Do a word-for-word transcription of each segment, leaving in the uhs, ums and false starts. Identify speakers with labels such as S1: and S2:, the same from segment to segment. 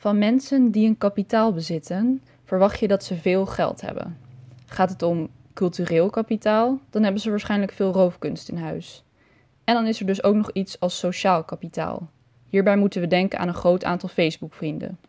S1: Van mensen die een kapitaal bezitten, verwacht je dat ze veel geld hebben. Gaat het om cultureel kapitaal, dan hebben ze waarschijnlijk veel roofkunst in huis. En dan is er dus ook nog iets als sociaal kapitaal. Hierbij moeten we denken aan een groot aantal Facebook-vrienden.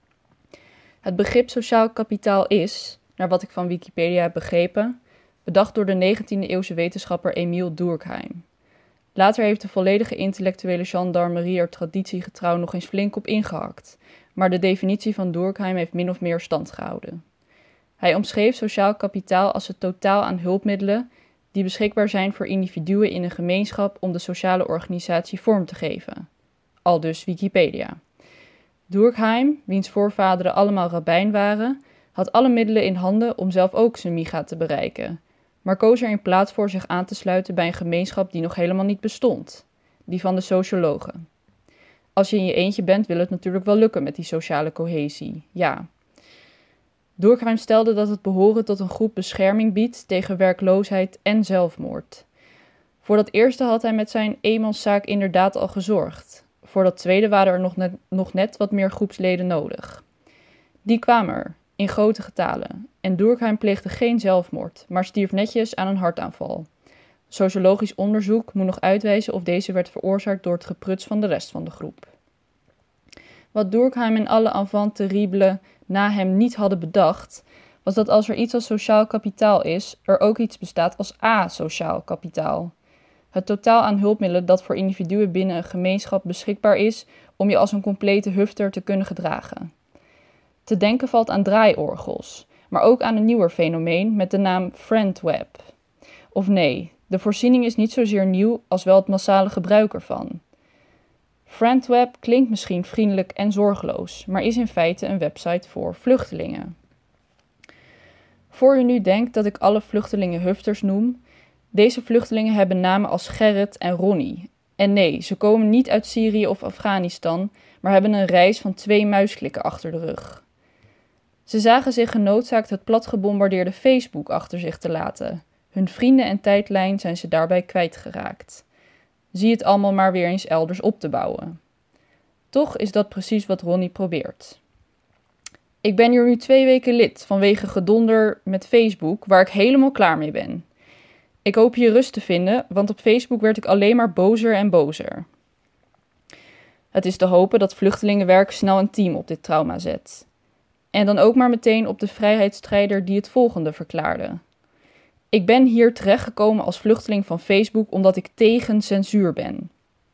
S1: Het begrip sociaal kapitaal is, naar wat ik van Wikipedia heb begrepen, bedacht door de negentiende-eeuwse wetenschapper Emile Durkheim. Later heeft de volledige intellectuele gendarmerie er traditiegetrouw nog eens flink op ingehakt, maar de definitie van Durkheim heeft min of meer stand gehouden. Hij omschreef sociaal kapitaal als het totaal aan hulpmiddelen die beschikbaar zijn voor individuen in een gemeenschap om de sociale organisatie vorm te geven. Aldus Wikipedia. Durkheim, wiens voorvaderen allemaal rabbijn waren, had alle middelen in handen om zelf ook zijn miga te bereiken, maar koos er in plaats voor zich aan te sluiten bij een gemeenschap die nog helemaal niet bestond, die van de sociologen. Als je in je eentje bent, wil het natuurlijk wel lukken met die sociale cohesie, ja. Durkheim stelde dat het behoren tot een groep bescherming biedt tegen werkloosheid en zelfmoord. Voor dat eerste had hij met zijn eenmanszaak inderdaad al gezorgd. Voor dat tweede waren er nog net, nog net wat meer groepsleden nodig. Die kwamen er, in grote getalen, en Durkheim pleegde geen zelfmoord, maar stierf netjes aan een hartaanval. Sociologisch onderzoek moet nog uitwijzen of deze werd veroorzaakt door het gepruts van de rest van de groep. Wat Durkheim en alle enfants terribles na hem niet hadden bedacht, was dat als er iets als sociaal kapitaal is, er ook iets bestaat als asociaal kapitaal. Het totaal aan hulpmiddelen dat voor individuen binnen een gemeenschap beschikbaar is om je als een complete hufter te kunnen gedragen. Te denken valt aan draaiorgels, maar ook aan een nieuwer fenomeen met de naam friendweb. Of nee, de voorziening is niet zozeer nieuw als wel het massale gebruik ervan. Friendweb klinkt misschien vriendelijk en zorgeloos, maar is in feite een website voor vluchtelingen. Voor u nu denkt dat ik alle vluchtelingen hufters noem, deze vluchtelingen hebben namen als Gerrit en Ronnie. En nee, ze komen niet uit Syrië of Afghanistan, maar hebben een reis van twee muisklikken achter de rug. Ze zagen zich genoodzaakt het platgebombardeerde Facebook achter zich te laten. Hun vrienden en tijdlijn zijn ze daarbij kwijtgeraakt. Zie het allemaal maar weer eens elders op te bouwen. Toch is dat precies wat Ronnie probeert. Ik ben hier nu twee weken lid vanwege gedonder met Facebook, waar ik helemaal klaar mee ben. Ik hoop hier rust te vinden, want op Facebook werd ik alleen maar bozer en bozer. Het is te hopen dat Vluchtelingenwerk snel een team op dit trauma zet. En dan ook maar meteen op de vrijheidsstrijder die het volgende verklaarde. Ik ben hier terechtgekomen als vluchteling van Facebook omdat ik tegen censuur ben.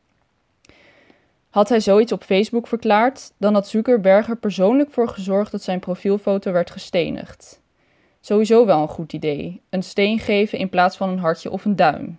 S1: Had hij zoiets op Facebook verklaard, dan had Zuckerberg er persoonlijk voor gezorgd dat zijn profielfoto werd gestenigd. Sowieso wel een goed idee, een steen geven in plaats van een hartje of een duim.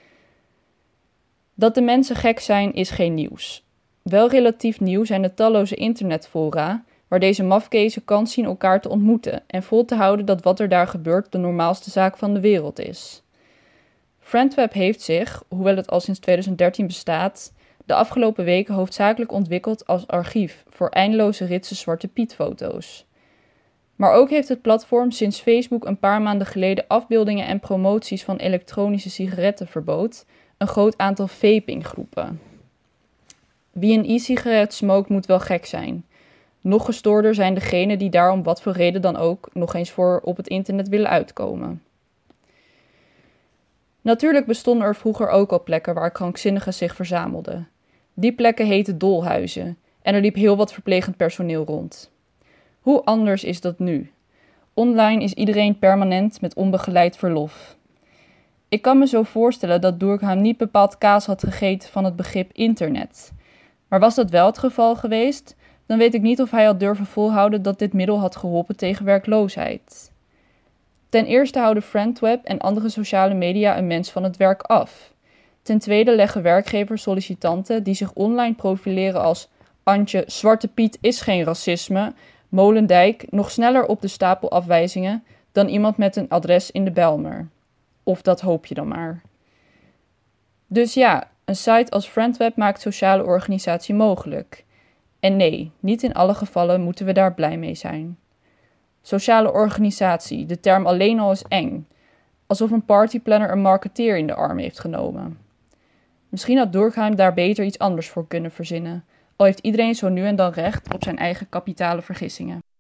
S1: Dat de mensen gek zijn is geen nieuws. Wel relatief nieuw zijn de talloze internetfora, waar deze mafkezen kans zien elkaar te ontmoeten en vol te houden dat wat er daar gebeurt de normaalste zaak van de wereld is. Friendweb heeft zich, hoewel het al sinds twintig dertien bestaat, de afgelopen weken hoofdzakelijk ontwikkeld als archief voor eindeloze ritsen Zwarte Piet-foto's. Maar ook heeft het platform sinds Facebook een paar maanden geleden afbeeldingen en promoties van elektronische sigaretten verbood, een groot aantal vapinggroepen. Wie een e-sigaret smokt moet wel gek zijn. Nog gestoorder zijn degenen die daar om wat voor reden dan ook nog eens voor op het internet willen uitkomen. Natuurlijk bestonden er vroeger ook al plekken waar krankzinnigen zich verzamelden. Die plekken heten dolhuizen en er liep heel wat verplegend personeel rond. Hoe anders is dat nu? Online is iedereen permanent met onbegeleid verlof. Ik kan me zo voorstellen dat Durkheim niet bepaald kaas had gegeten van het begrip internet. Maar was dat wel het geval geweest, dan weet ik niet of hij had durven volhouden dat dit middel had geholpen tegen werkloosheid. Ten eerste houden Friendweb en andere sociale media een mens van het werk af. Ten tweede leggen werkgevers sollicitanten die zich online profileren als Antje, Zwarte Piet is geen racisme, Molendijk nog sneller op de stapel afwijzingen dan iemand met een adres in de Bijlmer. Of dat hoop je dan maar. Dus ja, een site als Friendweb maakt sociale organisatie mogelijk. En nee, niet in alle gevallen moeten we daar blij mee zijn. Sociale organisatie, de term alleen al is eng. Alsof een partyplanner een marketeer in de arm heeft genomen. Misschien had Durkheim daar beter iets anders voor kunnen verzinnen. al heeft iedereen zo nu en dan recht op zijn eigen kapitale vergissingen.